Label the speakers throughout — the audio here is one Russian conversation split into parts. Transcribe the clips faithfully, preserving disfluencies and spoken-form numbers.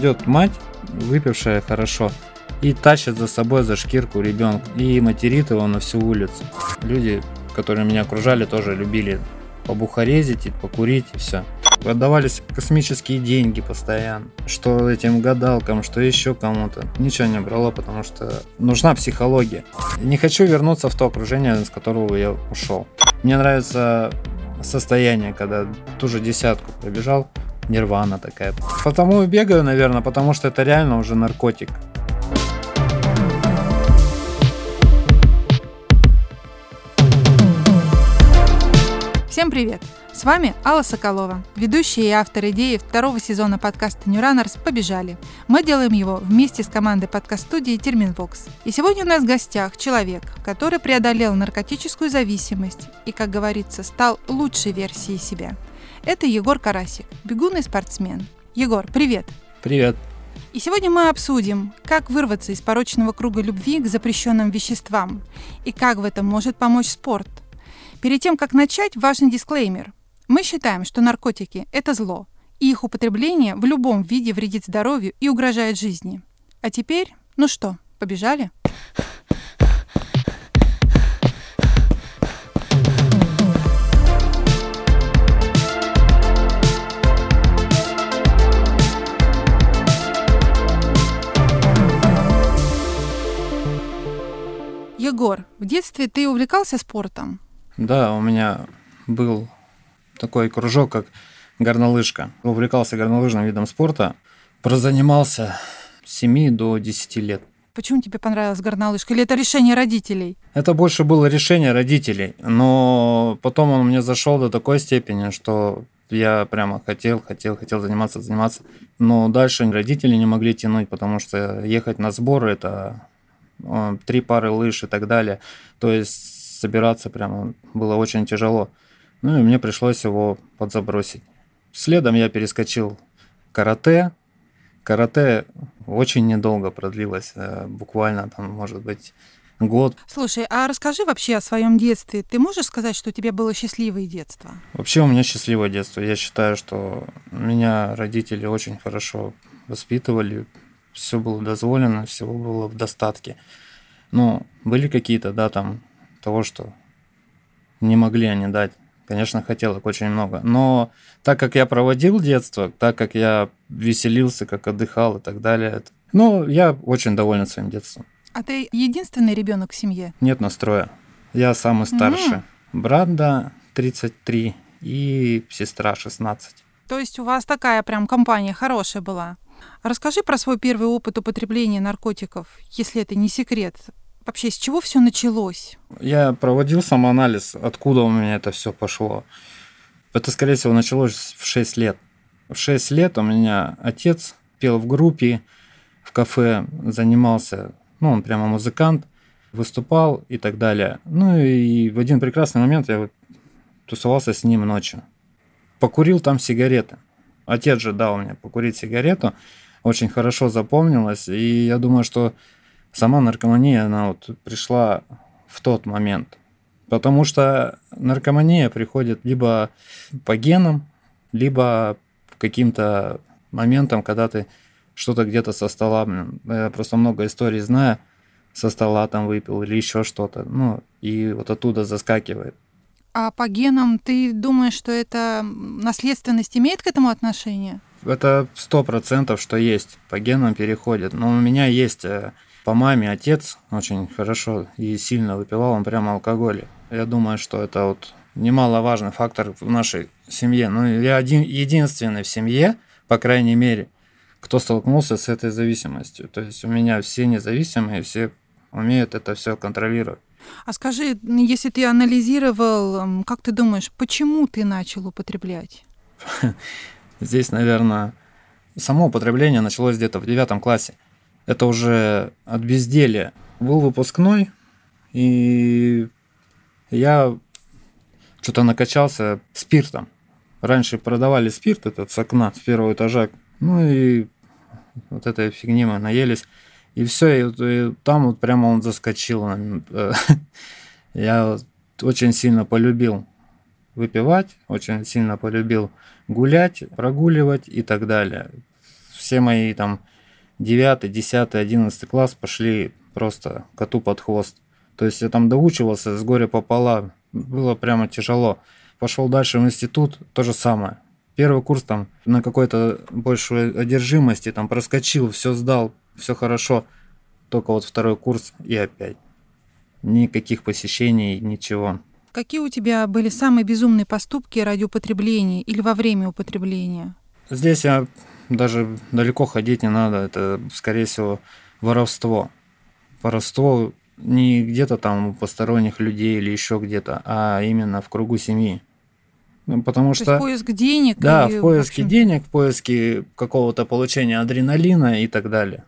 Speaker 1: Идет мать, выпившая хорошо, и тащит за собой за шкирку ребенка и материт его на всю улицу. Люди, которые меня окружали, тоже любили побухарезить, и покурить, и все. Отдавались космические деньги постоянно. Что этим гадалкам, что еще кому-то. Ничего не брало, потому что нужна психология. Не хочу вернуться в то окружение, с которого я ушел. Мне нравится состояние, когда ту же десятку пробежал, нирвана такая. Потому и бегаю, наверное, потому что это реально уже наркотик.
Speaker 2: Всем привет! С вами Алла Соколова, ведущая и автор идеи второго сезона подкаста New Runners «Побежали». Мы делаем его вместе с командой подкаст-студии Терминвокс. И сегодня у нас в гостях человек, который преодолел наркотическую зависимость и, как говорится, стал лучшей версией себя. Это Егор Карасик, бегун и спортсмен. Егор, привет!
Speaker 1: Привет!
Speaker 2: И сегодня мы обсудим, как вырваться из порочного круга любви к запрещенным веществам и как в этом может помочь спорт. Перед тем, как начать, важный дисклеймер. Мы считаем, что наркотики – это зло, и их употребление в любом виде вредит здоровью и угрожает жизни. А теперь, ну что, побежали? Егор, в детстве ты увлекался спортом?
Speaker 1: Да, у меня был такой кружок, как горнолыжка. Увлекался горнолыжным видом спорта. Прозанимался с семи до десяти лет.
Speaker 2: Почему тебе понравилась горнолыжка? Или это решение родителей?
Speaker 1: Это больше было решение родителей. Но потом он мне зашел до такой степени, что я прямо хотел, хотел, хотел заниматься, заниматься. Но дальше родители не могли тянуть, потому что ехать на сборы – это три пары лыж и так далее. То есть собираться прямо было очень тяжело. Ну и мне пришлось его подзабросить. Следом я перескочил в карате. Карате очень недолго продлилось, буквально там, может быть, год.
Speaker 2: Слушай, а расскажи вообще о своем детстве. Ты можешь сказать, что у тебя было счастливое детство?
Speaker 1: Вообще у меня счастливое детство. Я считаю, что меня родители очень хорошо воспитывали. Все было дозволено, всего было в достатке. Но были какие-то, да, там, того, что не могли они дать. Конечно, хотелок очень много. Но так как я проводил детство, так как я веселился, как отдыхал и так далее, ну, я очень доволен своим детством.
Speaker 2: А ты единственный ребенок в семье?
Speaker 1: Нет настроя. Я самый старший. Mm. Брат, да, тридцать три, и сестра шестнадцать.
Speaker 2: То есть у вас такая прям компания хорошая была. Расскажи про свой первый опыт употребления наркотиков, если это не секрет. Вообще, с чего все началось?
Speaker 1: Я проводил самоанализ, откуда у меня это все пошло. Это, скорее всего, началось в шесть лет. В шесть лет у меня отец пел в группе, в кафе, занимался, ну, он прямо музыкант, выступал и так далее. Ну, и в один прекрасный момент я вот тусовался с ним ночью. Покурил там сигареты. Отец же дал мне покурить сигарету, очень хорошо запомнилось, и я думаю, что сама наркомания, она вот пришла в тот момент. Потому что наркомания приходит либо по генам, либо по каким-то моментам, когда ты что-то где-то со стола, я просто много историй знаю, со стола там выпил или еще что-то, ну, и вот оттуда заскакивает.
Speaker 2: А по генам ты думаешь, что это наследственность имеет к этому отношение?
Speaker 1: Это сто процентов, что есть, по генам переходит. Но у меня есть... По маме отец очень хорошо и сильно выпивал, он прямо алкоголь. Я думаю, что это вот немаловажный фактор в нашей семье. Ну, я один, единственный в семье, по крайней мере, кто столкнулся с этой зависимостью. То есть у меня все независимые, все умеют это все контролировать.
Speaker 2: А скажи, если ты анализировал, как ты думаешь, почему ты начал употреблять?
Speaker 1: Здесь, наверное, само употребление началось где-то в девятом классе. Это уже от безделья. Был выпускной, и я что-то накачался спиртом. Раньше продавали спирт этот с окна, с первого этажа. Ну и вот этой фигни мы наелись. И все, и, и там вот прямо он заскочил. Я очень сильно полюбил выпивать, очень сильно полюбил гулять, прогуливать и так далее. все мои там девятый, десятый, одиннадцатый класс пошли просто коту под хвост. То есть я там доучивался с горя пополам, было прямо тяжело. Пошел дальше в институт, то же самое. Первый курс там на какой-то большой одержимости там проскочил, все сдал, все хорошо. Только вот второй курс и опять. Никаких посещений, ничего.
Speaker 2: Какие у тебя были самые безумные поступки ради употребления или во время употребления?
Speaker 1: Здесь я даже далеко ходить не надо. Это, скорее всего, воровство. Воровство не где-то там у посторонних людей или еще где-то, а именно в кругу семьи. Ну, потому
Speaker 2: То
Speaker 1: что...
Speaker 2: есть поиск денег?
Speaker 1: Да,
Speaker 2: и,
Speaker 1: в поиске
Speaker 2: в общем...
Speaker 1: денег, в поиске какого-то получения адреналина и так далее.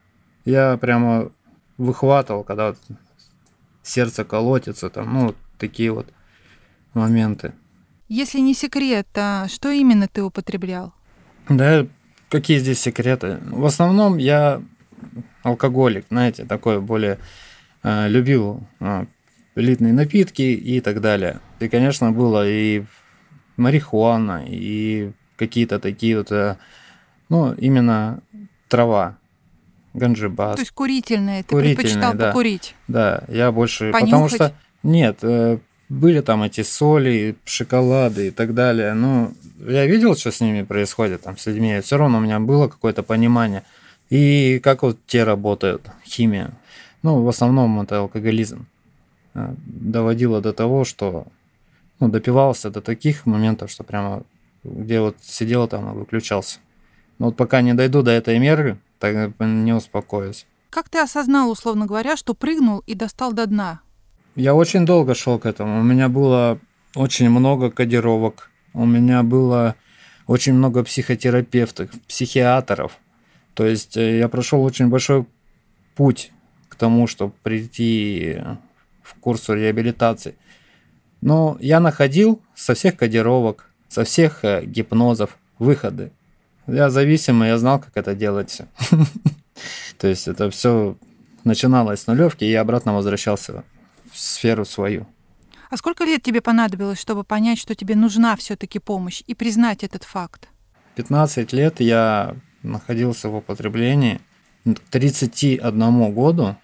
Speaker 1: Я прямо выхватывал, когда вот сердце колотится, там, ну, вот такие вот моменты.
Speaker 2: Если не секрет, а что именно ты употреблял?
Speaker 1: Да, какие здесь секреты? В основном я алкоголик, знаете, такой более э, любил э, элитные напитки и так далее. И, конечно, было и марихуана, и какие-то такие вот, э, ну, именно трава, ганджибас.
Speaker 2: То есть курительные, ты
Speaker 1: Курительные,
Speaker 2: предпочитал
Speaker 1: да.
Speaker 2: покурить?
Speaker 1: Да, я больше...
Speaker 2: Понюхать?
Speaker 1: Потому что, нет, э, были там эти соли, шоколады и так далее. Ну, я видел, что с ними происходит, там, с людьми. Все равно у меня было какое-то понимание. И как вот те работают, химия. Ну, в основном это алкоголизм. Доводило до того, что ну, допивался до таких моментов, что прямо где вот сидел там и выключался. Но вот пока не дойду до этой меры, так не успокоюсь.
Speaker 2: Как ты осознал, условно говоря, что прыгнул и достал до дна?
Speaker 1: Я очень долго шел к этому. У меня было очень много кодировок. У меня было очень много психотерапевтов, психиатров. То есть я прошел очень большой путь к тому, чтобы прийти в курс реабилитации. Но я находил со всех кодировок, со всех гипнозов выходы. Я зависимый, я знал, как это делать все. То есть это все начиналось с нулевки, и я обратно возвращался в сферу свою.
Speaker 2: А сколько лет тебе понадобилось, чтобы понять, что тебе нужна все-таки помощь, и признать этот факт?
Speaker 1: пятнадцать лет я находился в употреблении. К тридцати одному году,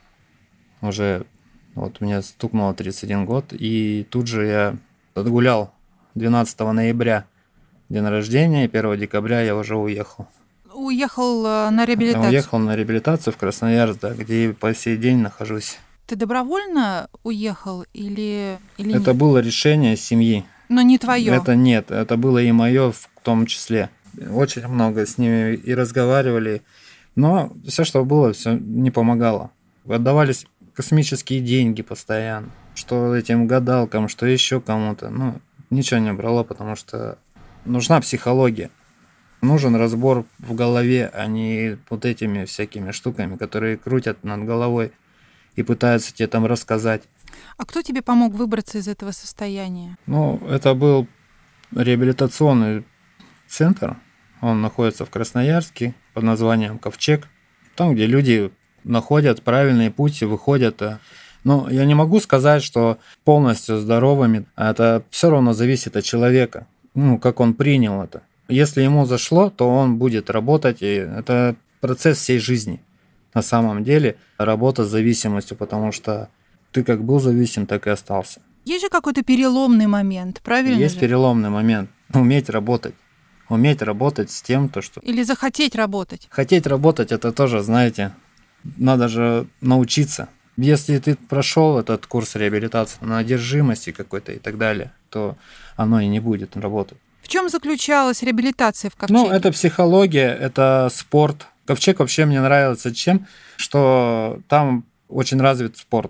Speaker 1: уже вот у меня стукнуло тридцать один год, и тут же я отгулял двенадцатого ноября день рождения, и первого декабря я уже уехал.
Speaker 2: Уехал на реабилитацию?
Speaker 1: Я уехал на реабилитацию в Красноярск, да, где и по сей день нахожусь.
Speaker 2: Ты добровольно уехал или, или
Speaker 1: Это
Speaker 2: нет?
Speaker 1: было решение семьи.
Speaker 2: Но не твое?
Speaker 1: Это нет, это было и мое в том числе. Очень много с ними и разговаривали, но все, что было, все не помогало. Отдавались космические деньги постоянно, что этим гадалкам, что еще кому-то. Ну, ничего не брало, потому что нужна психология. Нужен разбор в голове, а не вот этими всякими штуками, которые крутят над головой и пытаются тебе там рассказать.
Speaker 2: А кто тебе помог выбраться из этого состояния?
Speaker 1: Ну, это был реабилитационный центр. Он находится в Красноярске под названием «Ковчег». Там, где люди находят правильный путь и выходят. Но я не могу сказать, что полностью здоровыми. Это все равно зависит от человека. Ну, как он принял это. Если ему зашло, то он будет работать. И это процесс всей жизни. На самом деле работа с зависимостью, потому что ты как был зависим, так и остался.
Speaker 2: Есть же какой-то переломный момент, правильно
Speaker 1: Есть
Speaker 2: же?
Speaker 1: переломный момент. Уметь работать. Уметь работать с тем, то, что...
Speaker 2: Или захотеть работать.
Speaker 1: Хотеть работать, это тоже, знаете, надо же научиться. Если ты прошел этот курс реабилитации на одержимости какой-то и так далее, то оно и не будет работать.
Speaker 2: В чем заключалась реабилитация в Ковчеге?
Speaker 1: Ну, это психология, это спорт. Ковчег вообще мне нравится чем, что там очень развит спорт.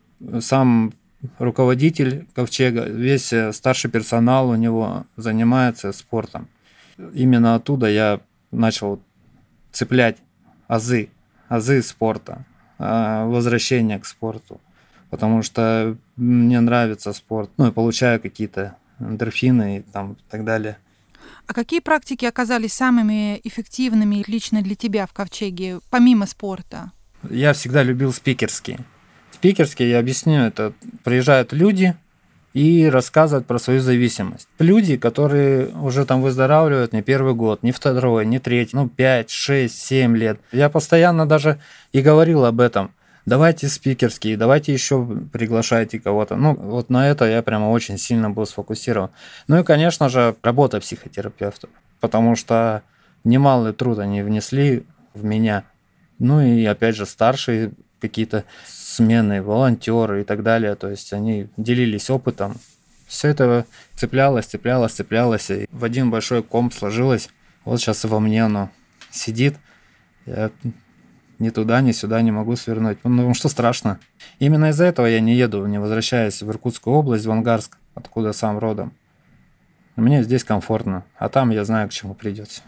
Speaker 1: Сам руководитель Ковчега, весь старший персонал у него занимается спортом. Именно оттуда я начал цеплять азы, азы спорта, возвращение к спорту. Потому что мне нравится спорт. Ну и получаю какие-то эндорфины и там, и так далее.
Speaker 2: А какие практики оказались самыми эффективными лично для тебя в Ковчеге, помимо спорта?
Speaker 1: Я всегда любил спикерские. Спикерские, я объясню, это приезжают люди, и рассказывать про свою зависимость. Люди, которые уже там выздоравливают не первый год, не второй, не третий, ну пять, шесть, семь лет. Я постоянно даже и говорил об этом. Давайте спикерские, давайте еще приглашайте кого-то. Ну, вот на это я прямо очень сильно был сфокусирован. Ну и, конечно же, работа психотерапевтов, потому что немалый труд они внесли в меня. Ну и, опять же, старшие какие-то смены, волонтеры и так далее. То есть они делились опытом. Все это цеплялось, цеплялось, цеплялось. И в один большой комп сложилось. Вот сейчас и во мне оно сидит. Я ни туда, ни сюда не могу свернуть. Ну, что страшно. Именно из-за этого я не еду, не возвращаюсь в Иркутскую область, в Ангарск, откуда сам родом. Мне здесь комфортно, а там я знаю, к чему придется.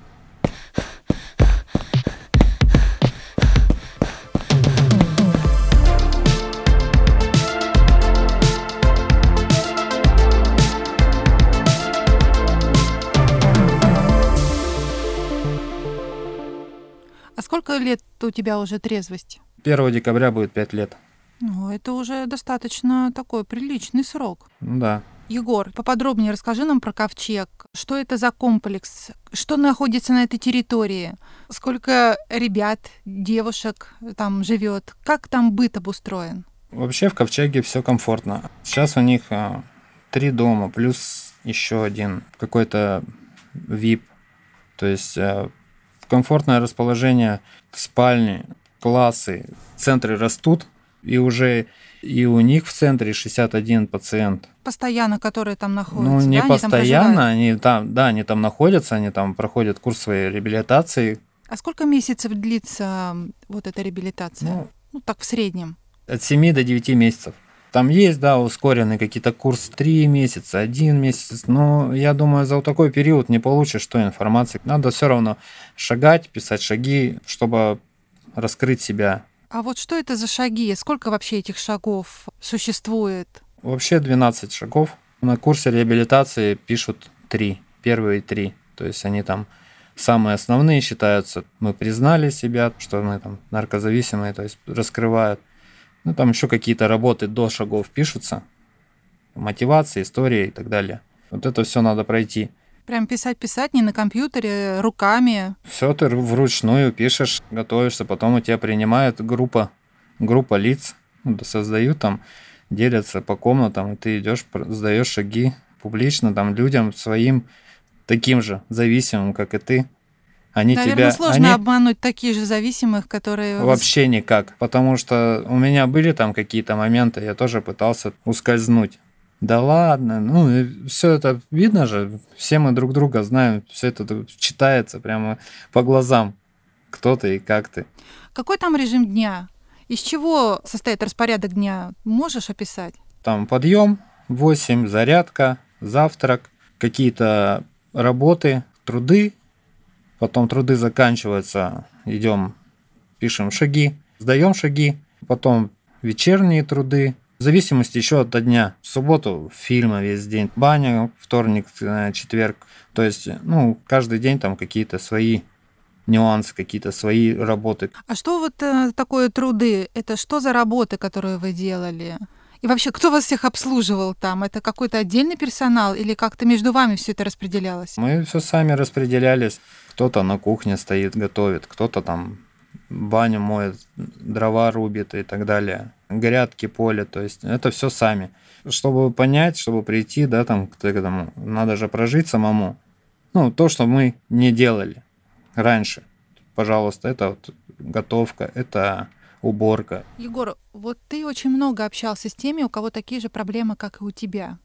Speaker 2: А сколько лет у тебя уже трезвости?
Speaker 1: первого декабря будет пять лет.
Speaker 2: Ну, это уже достаточно такой приличный срок.
Speaker 1: Ну да.
Speaker 2: Егор, поподробнее расскажи нам про ковчег. Что это за комплекс? Что находится на этой территории? Сколько ребят, девушек там живет? Как там быт обустроен?
Speaker 1: Вообще в ковчеге все комфортно. Сейчас у них а, три дома, плюс еще один какой-то ви ай пи. То есть а, комфортное расположение спальни, классы, центры растут, и уже и у них в центре шестьдесят один пациент.
Speaker 2: Постоянно, которые там находятся?
Speaker 1: Ну, не
Speaker 2: да?
Speaker 1: постоянно, они там, они там, да, они там находятся, они там проходят курс своей реабилитации.
Speaker 2: А сколько месяцев длится вот эта реабилитация? Ну, ну так в среднем.
Speaker 1: От семи до девяти месяцев. Там есть, да, ускоренный какие-то курс три месяца, один месяц, но я думаю, за такой период не получишь той информации. Надо все равно шагать, писать шаги, чтобы раскрыть себя.
Speaker 2: А вот что это за шаги? Сколько вообще этих шагов существует?
Speaker 1: Вообще двенадцать шагов. На курсе реабилитации пишут три, первые три. То есть они там самые основные считаются. Мы признали себя, что мы там наркозависимые, то есть раскрывают. Ну, там еще какие-то работы до шагов пишутся. Мотивация, история и так далее. Вот это все надо пройти.
Speaker 2: Прям писать-писать не на компьютере, руками.
Speaker 1: Все ты вручную пишешь, готовишься, потом у тебя принимает группа, группа лиц, создают там, делятся по комнатам, и ты идешь, сдаешь шаги публично там людям своим таким же зависимым, как и ты. Они
Speaker 2: Наверное,
Speaker 1: тебя,
Speaker 2: сложно
Speaker 1: они...
Speaker 2: обмануть таких же зависимых, которые...
Speaker 1: Вообще никак, потому что у меня были там какие-то моменты, я тоже пытался ускользнуть. Да ладно, ну все это видно же, все мы друг друга знаем, все это читается прямо по глазам, кто ты и как ты.
Speaker 2: Какой там режим дня? Из чего состоит распорядок дня? Можешь описать?
Speaker 1: Там подъем, восемь, зарядка, завтрак, какие-то работы, труды. Потом труды заканчиваются, идем, пишем шаги, сдаем шаги, потом вечерние труды, в зависимости еще от дня. В субботу фильмы весь день, баня, вторник, четверг. То есть, ну, каждый день там какие-то свои нюансы, какие-то свои работы.
Speaker 2: А что вот э, такое труды? Это что за работы, которые вы делали? И вообще, кто вас всех обслуживал там? Это какой-то отдельный персонал или как-то между вами все это распределялось?
Speaker 1: Мы все сами распределялись. Кто-то на кухне стоит, готовит, кто-то там баню моет, дрова рубит и так далее. Грядки, поле, то есть это все сами. Чтобы понять, чтобы прийти, да, там, к этому, надо же прожить самому. Ну, то, что мы не делали раньше. Пожалуйста, это вот готовка, это уборка.
Speaker 2: Егор, вот ты очень много общался с теми, у кого такие же проблемы, как и у тебя.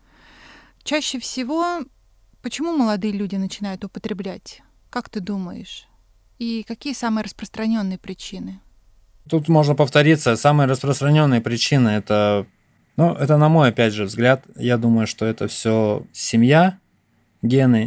Speaker 2: Чаще всего, почему молодые люди начинают употреблять? Как ты думаешь? И какие самые распространенные причины?
Speaker 1: Тут можно повториться. Самые распространенные причины это, ну, это на мой, опять же, взгляд. Я думаю, что это все семья, гены.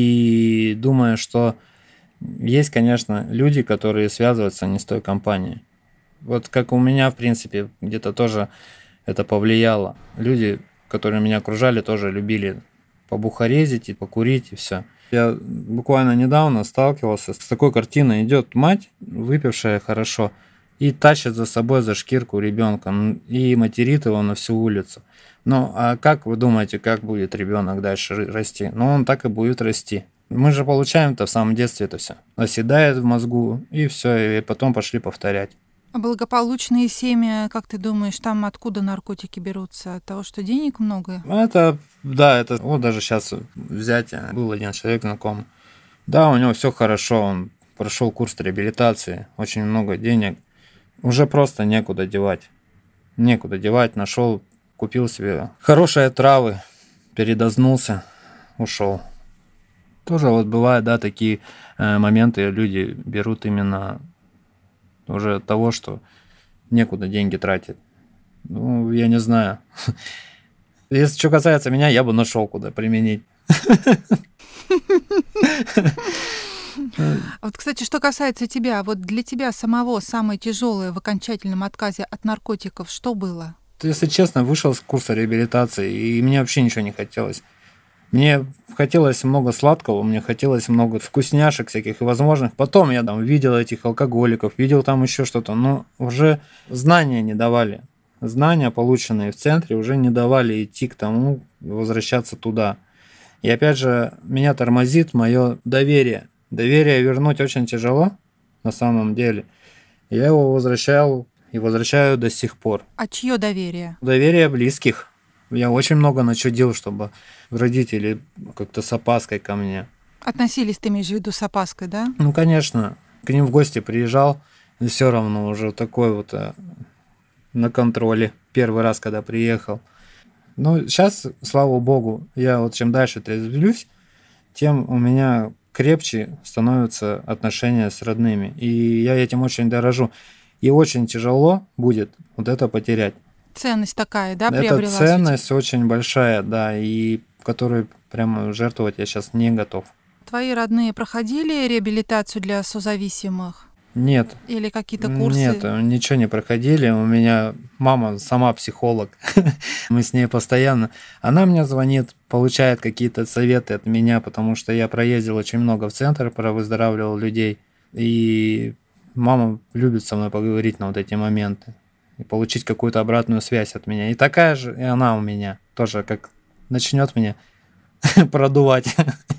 Speaker 1: И думаю, что есть, конечно, люди, которые связываются не с той компанией. Вот как у меня, в принципе, где-то тоже это повлияло. Люди, которые меня окружали, тоже любили побухарезить и покурить, и все. Я буквально недавно сталкивался с такой картиной. Идет мать, выпившая хорошо, и тащит за собой за шкирку ребенка и материт его на всю улицу. Ну, а как вы думаете, как будет ребенок дальше расти? Ну, он так и будет расти. Мы же получаем-то в самом детстве это все. Оседает в мозгу, и все, и потом пошли повторять.
Speaker 2: А благополучные семьи, как ты думаешь, там откуда наркотики берутся? От того, что денег много?
Speaker 1: Это, да, это вот даже сейчас взять, был один человек знакомый. Да, у него все хорошо, он прошел курс реабилитации, очень много денег. Уже просто некуда девать. Некуда девать, нашел, купил себе хорошие травы, передознулся, ушел. Тоже вот бывают, да, такие э, моменты, люди берут именно уже от того, что некуда деньги тратить. Ну, я не знаю. Если что касается меня, я бы нашел, куда применить.
Speaker 2: Вот, кстати, что касается тебя, вот для тебя самого самое тяжелое в окончательном отказе от наркотиков, что было?
Speaker 1: Если честно, вышел с курса реабилитации, и мне вообще ничего не хотелось. Мне хотелось много сладкого, мне хотелось много вкусняшек всяких и возможных. Потом я там видел этих алкоголиков, видел там еще что-то, но уже знания не давали. Знания, полученные в центре, уже не давали идти к тому, возвращаться туда. И опять же, меня тормозит мое доверие. Доверие вернуть очень тяжело, на самом деле. Я его возвращал и возвращаю до сих пор.
Speaker 2: А чье доверие?
Speaker 1: Доверие близких. Я очень много начудил, чтобы родители как-то с опаской ко мне.
Speaker 2: Относились, ты имеешь в виду, с опаской, да?
Speaker 1: Ну, конечно. К ним в гости приезжал, и все равно уже такой вот а, на контроле. Первый раз, когда приехал. Ну, сейчас, слава богу, я вот чем дальше трезвлюсь, тем у меня крепче становятся отношения с родными. И я этим очень дорожу. И очень тяжело будет вот это потерять.
Speaker 2: Ценность такая, да,
Speaker 1: Это
Speaker 2: приобрелась?
Speaker 1: ценность очень большая, да, и которую прямо жертвовать я сейчас не готов.
Speaker 2: Твои родные проходили реабилитацию для созависимых?
Speaker 1: Нет.
Speaker 2: Или какие-то курсы?
Speaker 1: Нет, ничего не проходили. У меня мама сама психолог. Мы с ней постоянно. Она мне звонит, получает какие-то советы от меня, потому что я проездил очень много в центр, провыздоравливал людей. И мама любит со мной поговорить на вот эти моменты. И получить какую-то обратную связь от меня. И такая же и она у меня. Тоже как начнет меня продувать,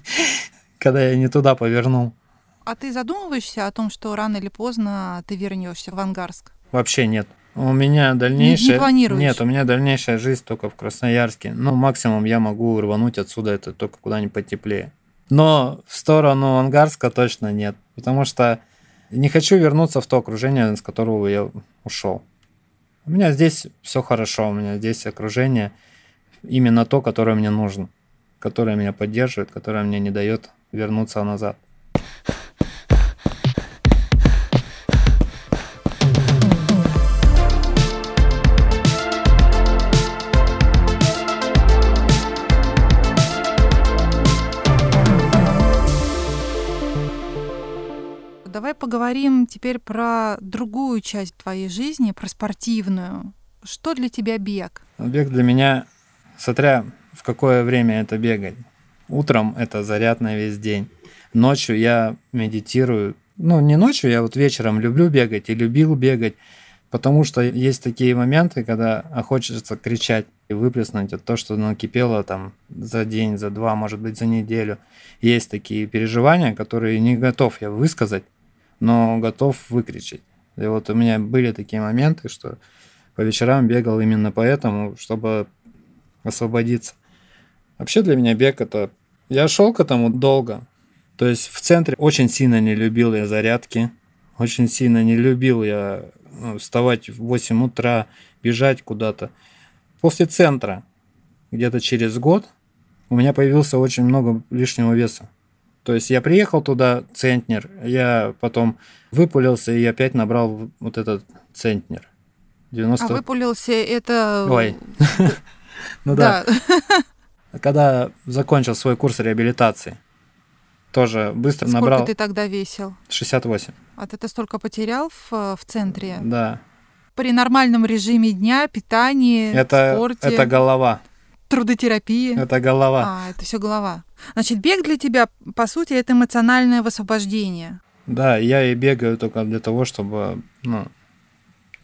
Speaker 1: когда я не туда повернул.
Speaker 2: А ты задумываешься о том, что рано или поздно ты вернешься в Ангарск?
Speaker 1: Вообще нет. У меня дальнейшая...
Speaker 2: Не, не планируешь?
Speaker 1: Нет, у меня дальнейшая жизнь только в Красноярске. Ну, максимум я могу рвануть отсюда, это только куда-нибудь потеплее. Но в сторону Ангарска точно нет. Потому что не хочу вернуться в то окружение, с которого я ушел. У меня здесь все хорошо, у меня здесь окружение именно то, которое мне нужно, которое меня поддерживает, которое мне не дает вернуться назад.
Speaker 2: Давай поговорим теперь про другую часть твоей жизни, про спортивную. Что для тебя бег?
Speaker 1: Бег для меня, смотря в какое время это бегать. Утром это заряд на весь день. Ночью я медитирую. Ну, не ночью, я вот вечером люблю бегать и любил бегать, потому что есть такие моменты, когда хочется кричать и выплеснуть то, что накипело там за день, за два, может быть, за неделю. Есть такие переживания, которые не готов я высказать, но готов выкричать. И вот у меня были такие моменты, что по вечерам бегал именно поэтому, чтобы освободиться. Вообще для меня бег это... Я шел к этому долго. То есть в центре очень сильно не любил я зарядки. Очень сильно не любил я ну, вставать в восемь утра, бежать куда-то. После центра, где-то через год, у меня появился очень много лишнего веса. То есть я приехал туда, центнер, я потом выпулился и опять набрал вот этот центнер. девяносто...
Speaker 2: А выпулился это...
Speaker 1: Ой. Ну да. Когда закончил свой курс реабилитации, тоже быстро набрал...
Speaker 2: Сколько ты тогда весил?
Speaker 1: шестьдесят восемь.
Speaker 2: А ты столько потерял в, в центре?
Speaker 1: Да.
Speaker 2: При нормальном режиме дня, питании,
Speaker 1: это,
Speaker 2: спорте?
Speaker 1: Это голова.
Speaker 2: Трудотерапии?
Speaker 1: Это голова.
Speaker 2: А, это все голова. Значит, бег для тебя, по сути, это эмоциональное высвобождение.
Speaker 1: Да, я и бегаю только для того, чтобы ну,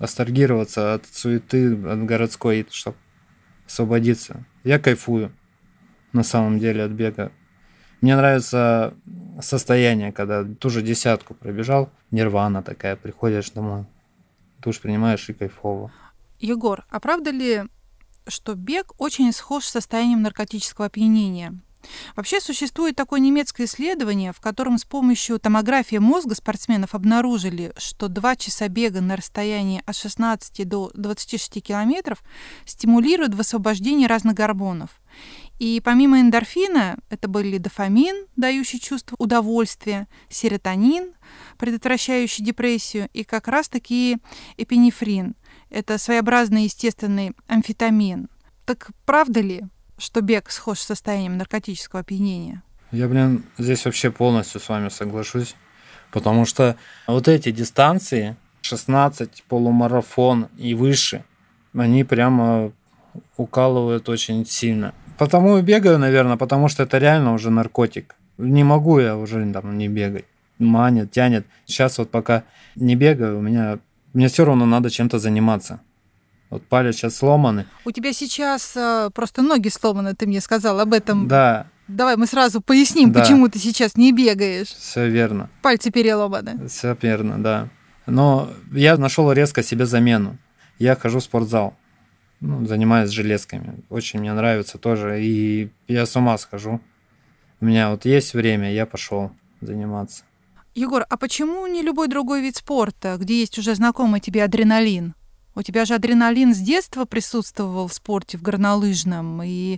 Speaker 1: абстрагироваться от суеты, от городской, чтобы освободиться. Я кайфую на самом деле от бега. Мне нравится состояние, когда ту же десятку пробежал, нирвана такая, приходишь домой, душ принимаешь и кайфово.
Speaker 2: Егор, а правда ли, что бег очень схож с состоянием наркотического опьянения? Вообще существует такое немецкое исследование, в котором с помощью томографии мозга спортсменов обнаружили, что два часа бега на расстоянии от шестнадцати до двадцати шести километров стимулируют высвобождение разных гормонов. И помимо эндорфина, это были дофамин, дающий чувство удовольствия, серотонин, предотвращающий депрессию, и как раз-таки эпинефрин. Это своеобразный естественный амфетамин. Так правда ли, что бег схож с состоянием наркотического опьянения?
Speaker 1: Я, блин, здесь вообще полностью с вами соглашусь, потому что вот эти дистанции, шестнадцать, полумарафон и выше, они прямо укалывают очень сильно. Потому и бегаю, наверное, потому что это реально уже наркотик. Не могу я уже там не бегать. Манит, тянет. Сейчас вот пока не бегаю, у меня, мне все равно надо чем-то заниматься. Вот палец сейчас сломаны.
Speaker 2: У тебя сейчас э, просто ноги сломаны, ты мне сказал об этом.
Speaker 1: Да.
Speaker 2: Давай мы сразу поясним,
Speaker 1: Да.
Speaker 2: Почему ты сейчас не бегаешь.
Speaker 1: Все верно.
Speaker 2: Пальцы переломаны.
Speaker 1: Все верно, да. Но я нашел резко себе замену. Я хожу в спортзал. Ну, занимаюсь железками. Очень мне нравится тоже. И я с ума схожу. У меня вот есть время, я пошел заниматься.
Speaker 2: Егор, а почему не любой другой вид спорта, где есть уже знакомый тебе адреналин? У тебя же адреналин с детства присутствовал в спорте, в горнолыжном, и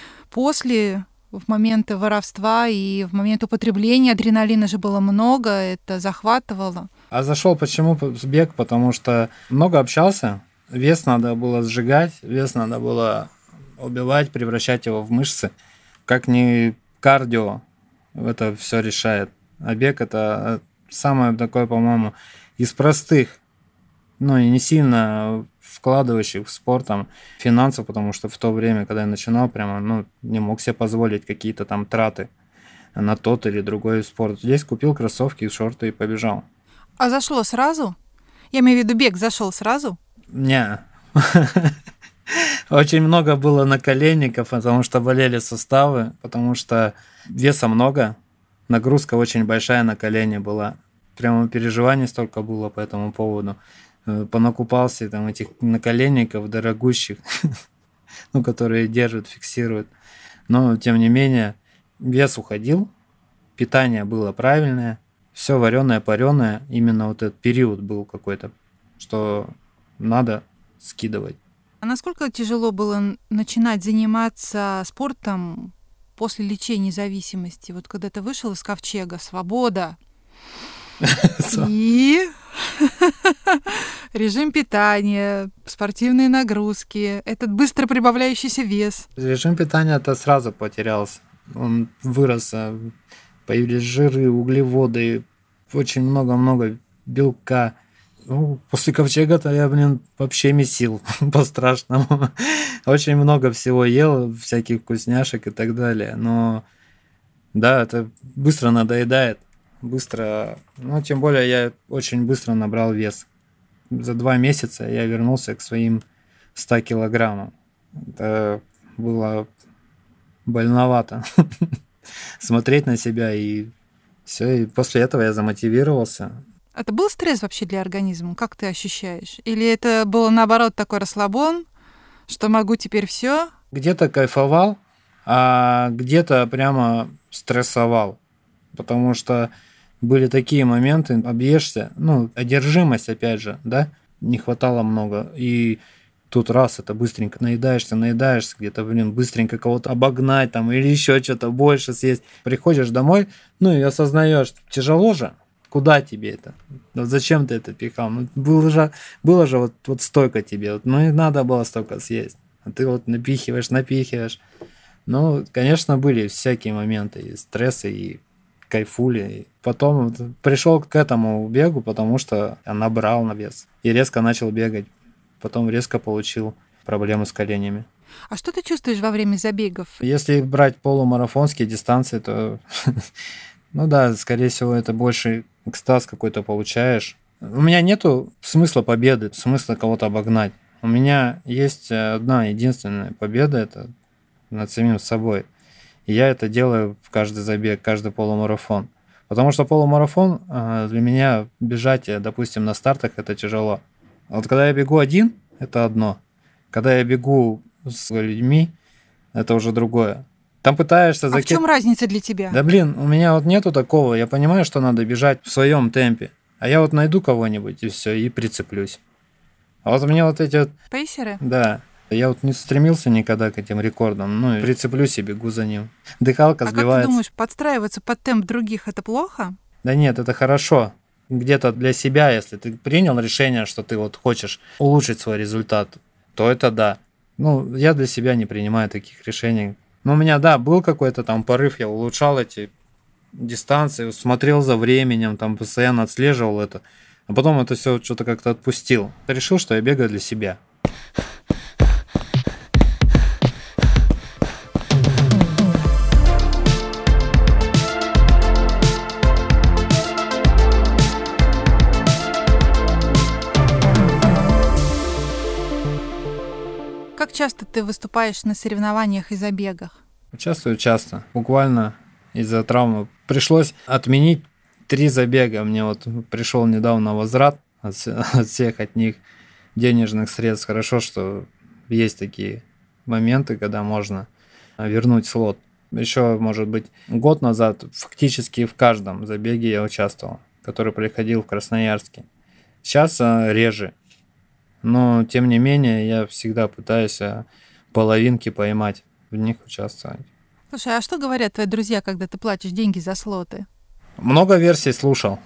Speaker 2: после, в моменты воровства и в момент употребления адреналина же было много, это захватывало.
Speaker 1: А зашел почему бег? Потому что много общался, вес надо было сжигать, вес надо было убивать, превращать его в мышцы. Как ни кардио, это все решает. А бег это самое такое, по-моему, из простых, ну и не сильно вкладывающих в спорт там, финансов, потому что в то время, когда я начинал, прямо ну, не мог себе позволить какие-то там траты на тот или другой спорт. Здесь купил кроссовки, шорты и побежал.
Speaker 2: А зашло сразу? Я имею в виду, бег зашел сразу?
Speaker 1: Не. Очень много было наколенников, потому что болели суставы, потому что веса много, нагрузка очень большая на колени была. Прямо переживаний столько было по этому поводу. Понакупался там этих наколенников дорогущих, ну, которые держат, фиксируют. Но, тем не менее, вес уходил, питание было правильное, все вареное, пареное. Именно вот этот период был какой-то, что надо скидывать.
Speaker 2: А насколько тяжело было начинать заниматься спортом после лечения зависимости? Вот когда ты вышел из ковчега, свобода, и режим питания, спортивные нагрузки, этот быстро прибавляющийся вес.
Speaker 1: Режим питания-то сразу потерялся. Он вырос, появились жиры, углеводы, очень много-много белка. Ну, после ковчега-то я, блин, вообще месил по-страшному. Очень много всего ел, всяких вкусняшек и так далее. Но да, это быстро надоедает. Быстро, ну, тем более я очень быстро набрал вес. За два месяца я вернулся к своим ста килограммам. Это было больновато смотреть на себя, и все. И после этого я замотивировался.
Speaker 2: Это был стресс вообще для организма? Как ты ощущаешь? Или это было, наоборот, такой расслабон, что могу теперь все?
Speaker 1: Где-то кайфовал, а где-то прямо стрессовал. Потому что были такие моменты, объешься, ну, одержимость, опять же, да, не хватало много. И тут раз это быстренько наедаешься, наедаешься, где-то, блин, быстренько кого-то обогнать там или еще что-то больше съесть. Приходишь домой, ну и осознаешь, тяжело же, куда тебе это? Вот зачем ты это пихал? Ну, было же, было же вот, вот столько тебе, вот, ну и надо было столько съесть. А ты вот напихиваешь, напихиваешь. Ну, конечно, были всякие моменты, и стрессы, и кайфули. Потом пришел к этому бегу, потому что я набрал на вес. И резко начал бегать. Потом резко получил проблемы с коленями.
Speaker 2: А что ты чувствуешь во время забегов?
Speaker 1: Если брать полумарафонские дистанции, то, ну да, скорее всего, это больше экстаз какой-то получаешь. У меня нету смысла победы, смысла кого-то обогнать. У меня есть одна единственная победа, это над самим собой. И я это делаю в каждый забег, каждый полумарафон. Потому что полумарафон для меня бежать, допустим, на стартах это тяжело. А вот когда я бегу один, это одно. Когда я бегу с людьми, это уже другое. Там пытаешься...
Speaker 2: А
Speaker 1: заки...
Speaker 2: в чем разница для тебя?
Speaker 1: Да блин, у меня вот нету такого. Я понимаю, что надо бежать в своем темпе. А я вот найду кого-нибудь и все, и прицеплюсь. А вот у меня вот эти вот...
Speaker 2: Пейсеры?
Speaker 1: Да. Я вот не стремился никогда к этим рекордам. Ну, и прицеплюсь и бегу за ним. Дыхалка
Speaker 2: а
Speaker 1: сбивается.
Speaker 2: А как ты думаешь, подстраиваться под темп других – это плохо?
Speaker 1: Да нет, это хорошо. Где-то для себя, если ты принял решение, что ты вот хочешь улучшить свой результат, то это да. Ну, я для себя не принимаю таких решений. Но у меня, да, был какой-то там порыв, я улучшал эти дистанции, смотрел за временем, там постоянно отслеживал это. А потом это все что-то как-то отпустил. Решил, что я бегаю для себя.
Speaker 2: Как часто ты выступаешь на соревнованиях и забегах?
Speaker 1: Участвую часто. Буквально из-за травмы пришлось отменить три забега. Мне вот пришел недавно возврат от, от всех от них денежных средств. Хорошо, что есть такие моменты, когда можно вернуть слот. Еще, может быть, год назад фактически в каждом забеге я участвовал, который проходил в Красноярске. Сейчас реже. Но, тем не менее, я всегда пытаюсь половинки поймать, в них участвовать.
Speaker 2: Слушай, а что говорят твои друзья, когда ты платишь деньги за слоты?
Speaker 1: Много версий слушал.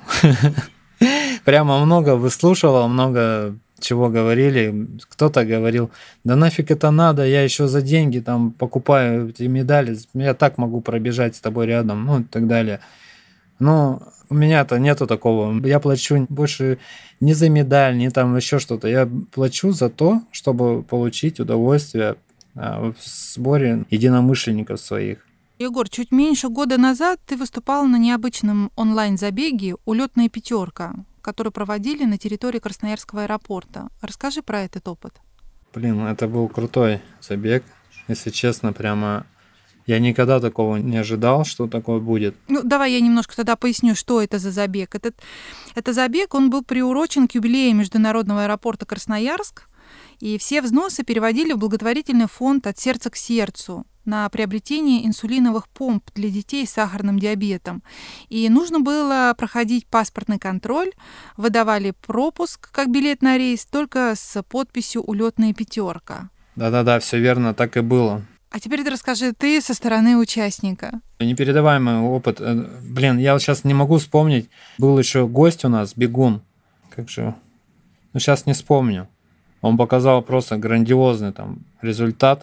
Speaker 1: Прямо много выслушивал, много чего говорили. Кто-то говорил, да нафиг это надо, я еще за деньги там покупаю эти медали, я так могу пробежать с тобой рядом, ну и так далее. Но у меня-то нету такого. Я плачу больше не за медаль, не там еще что-то. Я плачу за то, чтобы получить удовольствие в сборе единомышленников своих.
Speaker 2: Егор, чуть меньше года назад ты выступал на необычном онлайн-забеге «Улетная пятерка», который проводили на территории Красноярского аэропорта. Расскажи про этот опыт.
Speaker 1: Блин, это был крутой забег. Если честно, прямо... Я никогда такого не ожидал, что такое будет.
Speaker 2: Ну, давай я немножко тогда поясню, что это за забег. Этот, это забег, он был приурочен к юбилею Международного аэропорта Красноярск, и все взносы переводили в благотворительный фонд «От сердца к сердцу» на приобретение инсулиновых помп для детей с сахарным диабетом. И нужно было проходить паспортный контроль, выдавали пропуск как билет на рейс, только с подписью «Улетная пятерка».
Speaker 1: Да-да-да, все верно, так и было.
Speaker 2: А теперь ты расскажи ты со стороны участника.
Speaker 1: Непередаваемый опыт. Блин, я вот сейчас не могу вспомнить. Был еще гость у нас, бегун. Как же... Ну, сейчас не вспомню. Он показал просто грандиозный там результат.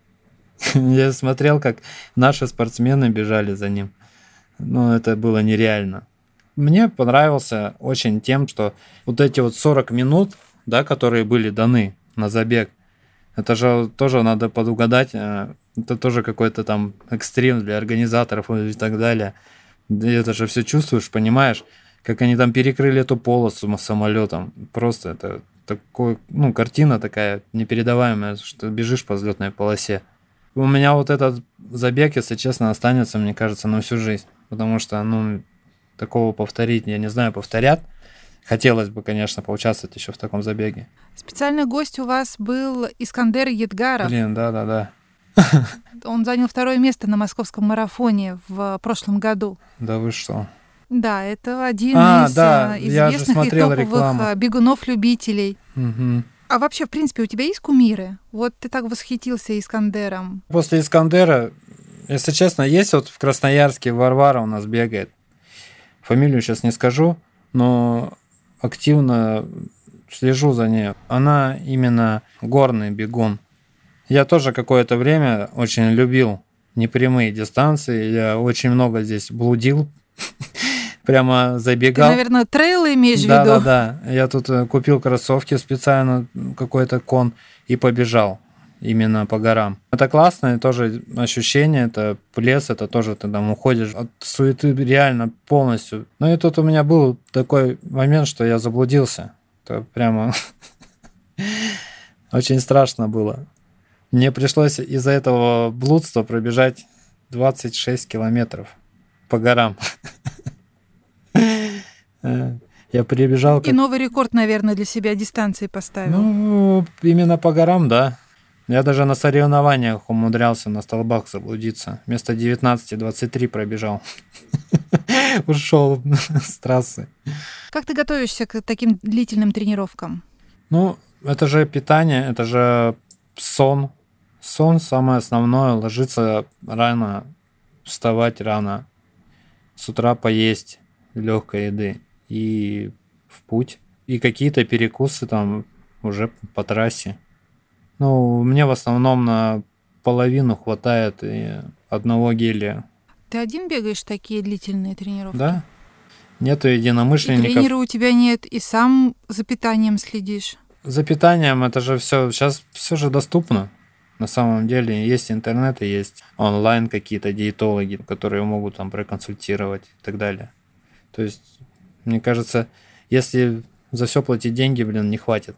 Speaker 1: Я смотрел, как наши спортсмены бежали за ним. Ну, это было нереально. Мне понравился очень тем, что вот эти вот сорок минут, да, которые были даны на забег, это же тоже надо подугадать, это тоже какой-то там экстрим для организаторов и так далее. Это же все чувствуешь, понимаешь, как они там перекрыли эту полосу самолетом. Просто это такой, ну, картина такая непередаваемая, что бежишь по взлетной полосе. У меня вот этот забег, если честно, останется, мне кажется, на всю жизнь. Потому что, ну, такого повторить, я не знаю, повторят. Хотелось бы, конечно, поучаствовать еще в таком забеге.
Speaker 2: Специальный гость у вас был Искандер Едгаров.
Speaker 1: Блин, да-да-да.
Speaker 2: Он занял второе место на московском марафоне в прошлом году.
Speaker 1: Да вы что?
Speaker 2: Да, это один
Speaker 1: а,
Speaker 2: из
Speaker 1: да,
Speaker 2: известных и топовых
Speaker 1: рекламу.
Speaker 2: бегунов-любителей.
Speaker 1: Угу.
Speaker 2: А вообще, в принципе, у тебя есть кумиры? Вот ты так восхитился Искандером.
Speaker 1: После Искандера, если честно, есть вот в Красноярске Варвара у нас бегает. Фамилию сейчас не скажу, но активно слежу за ней. Она именно горный бегун. Я тоже какое-то время очень любил непрямые дистанции. Я очень много здесь блудил. Прямо забегал.
Speaker 2: Ты, наверное, трейлы имеешь
Speaker 1: да,
Speaker 2: в виду?
Speaker 1: Да, да, да. Я тут купил кроссовки специально, какой-то кон, и побежал. именно по горам. Это классное тоже ощущение, это лес, это тоже ты там уходишь от суеты реально полностью. Ну и тут у меня был такой момент, что я заблудился. Это прямо очень страшно было. Мне пришлось из-за этого блудства пробежать двадцать шесть километров по горам. Я прибежал...
Speaker 2: И новый рекорд, наверное, для себя дистанции поставил.
Speaker 1: Ну, именно по горам, да. Я даже на соревнованиях умудрялся на столбах заблудиться. Вместо девятнадцать двадцать три пробежал. Ушел с трассы.
Speaker 2: Как ты готовишься к таким длительным тренировкам?
Speaker 1: Ну, это же питание, это же сон. Сон самое основное. Ложиться рано, вставать рано. С утра поесть легкой еды. И в путь. И какие-то перекусы там уже по трассе. Ну, мне в основном на половину хватает и одного гелия.
Speaker 2: Ты один бегаешь такие длительные тренировки?
Speaker 1: Да. Нету единомышленников.
Speaker 2: И тренера у тебя нет, и сам за питанием следишь.
Speaker 1: За питанием это же все, сейчас все же доступно. На самом деле есть интернет и есть онлайн какие-то диетологи, которые могут там проконсультировать и так далее. То есть, мне кажется, если за все платить деньги, блин, не хватит.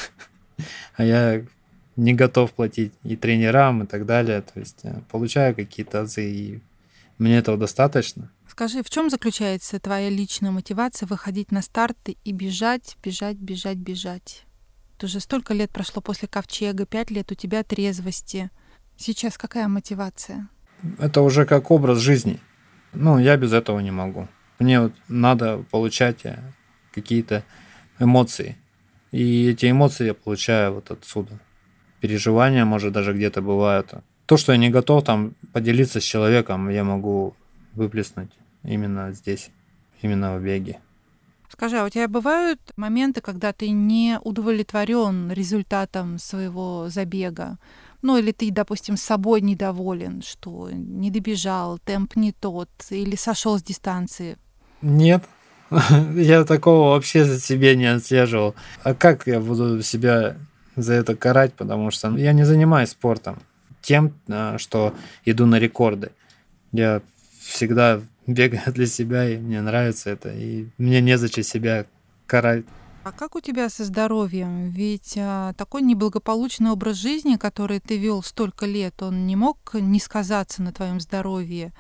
Speaker 1: А я не готов платить и тренерам, и так далее. То есть получаю какие-то азы, и мне этого достаточно.
Speaker 2: Скажи, в чем заключается твоя личная мотивация выходить на старты и бежать, бежать, бежать, бежать? Это уже столько лет прошло после Ковчега, пять лет у тебя трезвости. Сейчас какая мотивация?
Speaker 1: Это уже как образ жизни. Ну, я без этого не могу. Мне вот надо получать какие-то эмоции. И эти эмоции я получаю вот отсюда. Переживания, может, даже где-то бывают. То, что я не готов там поделиться с человеком, я могу выплеснуть именно здесь, именно в беге.
Speaker 2: Скажи, а у тебя бывают моменты, когда ты не удовлетворен результатом своего забега? Ну, или ты, допустим, с собой недоволен, что не добежал, темп не тот, или сошел с дистанции?
Speaker 1: Нет, я такого вообще за себе не отслеживал. А как я буду себя за это карать, потому что я не занимаюсь спортом тем, что иду на рекорды. Я всегда бегаю для себя, и мне нравится это, и мне незачем себя карать.
Speaker 2: А как у тебя со здоровьем? Ведь а, такой неблагополучный образ жизни, который ты вел столько лет, он не мог не сказаться на твоем здоровье.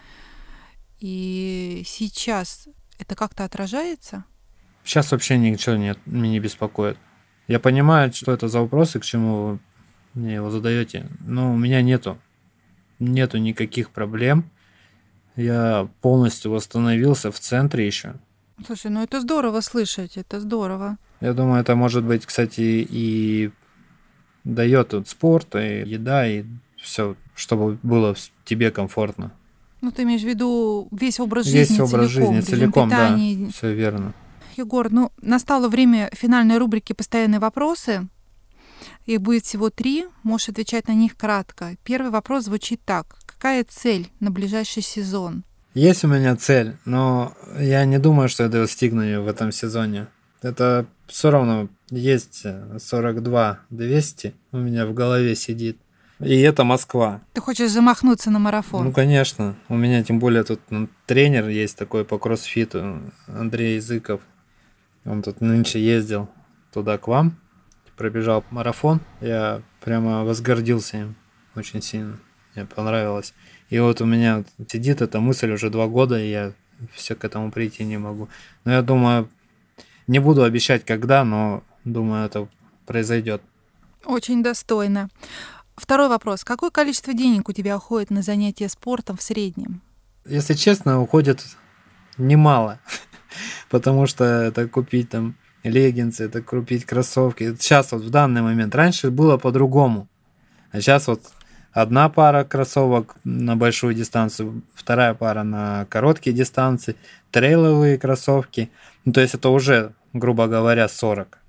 Speaker 2: И сейчас это как-то отражается?
Speaker 1: Сейчас вообще ничего нет, меня не беспокоит. Я понимаю, что это за вопросы, к чему вы мне его задаете, но у меня нету, нету никаких проблем. Я полностью восстановился в центре еще.
Speaker 2: Слушай, ну это здорово слышать, это здорово.
Speaker 1: Я думаю, это может быть, кстати, и дает вот спорт, и еда, и все, чтобы было тебе комфортно.
Speaker 2: Ну, ты имеешь в виду весь образ
Speaker 1: весь
Speaker 2: жизни
Speaker 1: образ
Speaker 2: целиком,
Speaker 1: жизни целиком, да,
Speaker 2: питания.
Speaker 1: все верно.
Speaker 2: Егор, ну, настало время финальной рубрики «Постоянные вопросы». Их будет всего три, можешь отвечать на них кратко. Первый вопрос звучит так. Какая цель на ближайший сезон?
Speaker 1: Есть у меня цель, но я не думаю, что я достигну ее в этом сезоне. Это все равно есть сорок два двести у меня в голове сидит. И это Москва.
Speaker 2: Ты хочешь замахнуться на марафон?
Speaker 1: Ну, конечно. У меня тем более тут ну, тренер есть такой по кроссфиту, Андрей Языков. Он тут нынче ездил туда к вам, пробежал марафон. Я прямо возгордился им очень сильно. Мне понравилось. И вот у меня сидит эта мысль уже два года, и я все к этому прийти не могу. Но я думаю, не буду обещать когда, но думаю, это произойдет.
Speaker 2: Очень достойно. Второй вопрос. Какое количество денег у тебя уходит на занятия спортом в среднем?
Speaker 1: Если честно, уходит немало. Потому что это купить там леггинсы, это купить кроссовки. Сейчас вот в данный момент. Раньше было по-другому. А сейчас вот одна пара кроссовок на большую дистанцию, вторая пара на короткие дистанции, трейловые кроссовки. Ну, то есть это уже, грубо говоря, сорок.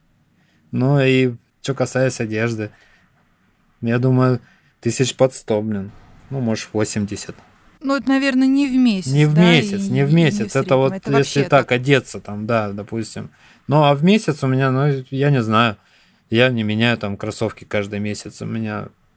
Speaker 1: Ну и что касается одежды, я думаю, тысяч под сто, блин. Ну, может, восемьдесят.
Speaker 2: Ну, это, наверное, не в месяц.
Speaker 1: Не в
Speaker 2: да?
Speaker 1: месяц,
Speaker 2: и,
Speaker 1: не в месяц.
Speaker 2: Не в
Speaker 1: это вот
Speaker 2: это
Speaker 1: если так, так одеться, там, да, допустим. Ну, а в месяц у меня, ну, я не знаю. Я не меняю там кроссовки каждый месяц. У меня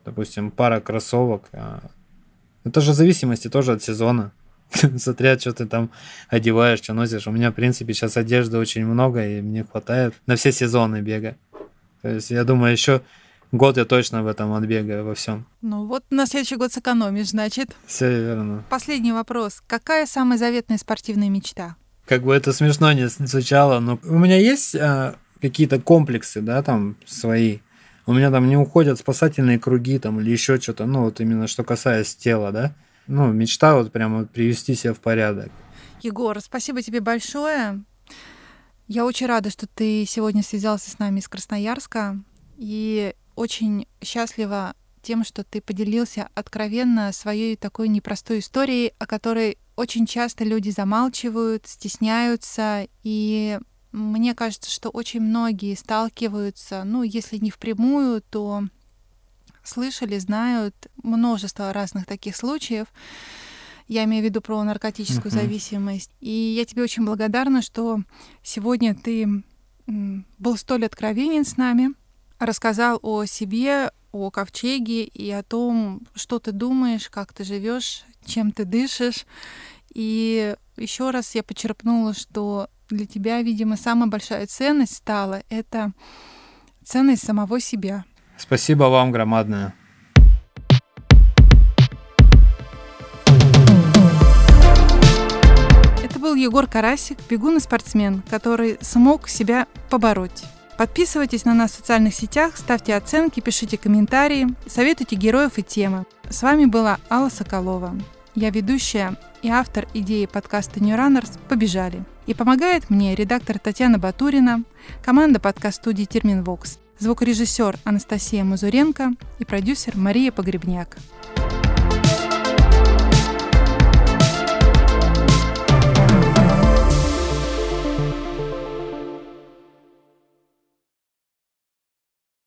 Speaker 1: допустим, пара кроссовок. Это же в зависимости тоже от сезона. Смотря, что ты там одеваешь, что носишь. У меня, в принципе, сейчас одежды очень много, и мне хватает на все сезоны бега. То есть, я думаю, еще год я точно в этом отбегаю во всем.
Speaker 2: Ну вот на следующий год сэкономишь, значит.
Speaker 1: Все верно.
Speaker 2: Последний вопрос. Какая самая заветная спортивная мечта?
Speaker 1: Как бы это смешно не звучало, но у меня есть а, какие-то комплексы, да, там свои. У меня там не уходят спасательные круги там или еще что-то, ну вот именно что касается тела, да. Ну, мечта вот прямо привести себя в порядок.
Speaker 2: Егор, спасибо тебе большое. Я очень рада, что ты сегодня связался с нами из Красноярска, и очень счастлива тем, что ты поделился откровенно своей такой непростой историей, о которой очень часто люди замалчивают, стесняются, и мне кажется, что очень многие сталкиваются, ну, если не впрямую, то слышали, знают множество разных таких случаев. Я имею в виду про наркотическую uh-huh. зависимость. И я тебе очень благодарна, что сегодня ты был столь откровенен с нами, рассказал о себе, о ковчеге и о том, что ты думаешь, как ты живешь, чем ты дышишь. И еще раз я подчеркнула, что для тебя, видимо, самая большая ценность стала — это ценность самого себя.
Speaker 1: Спасибо вам громадное.
Speaker 2: Это был Егор Карасик, бегун и спортсмен, который смог себя побороть. Подписывайтесь на нас в социальных сетях, ставьте оценки, пишите комментарии, советуйте героев и темы. С вами была Алла Соколова. Я ведущая и автор идеи подкаста New Runners «Побежали». И помогает мне редактор Татьяна Батурина, команда подкаст-студии «Терминвокс», звукорежиссер Анастасия Мазуренко и продюсер Мария Погребняк.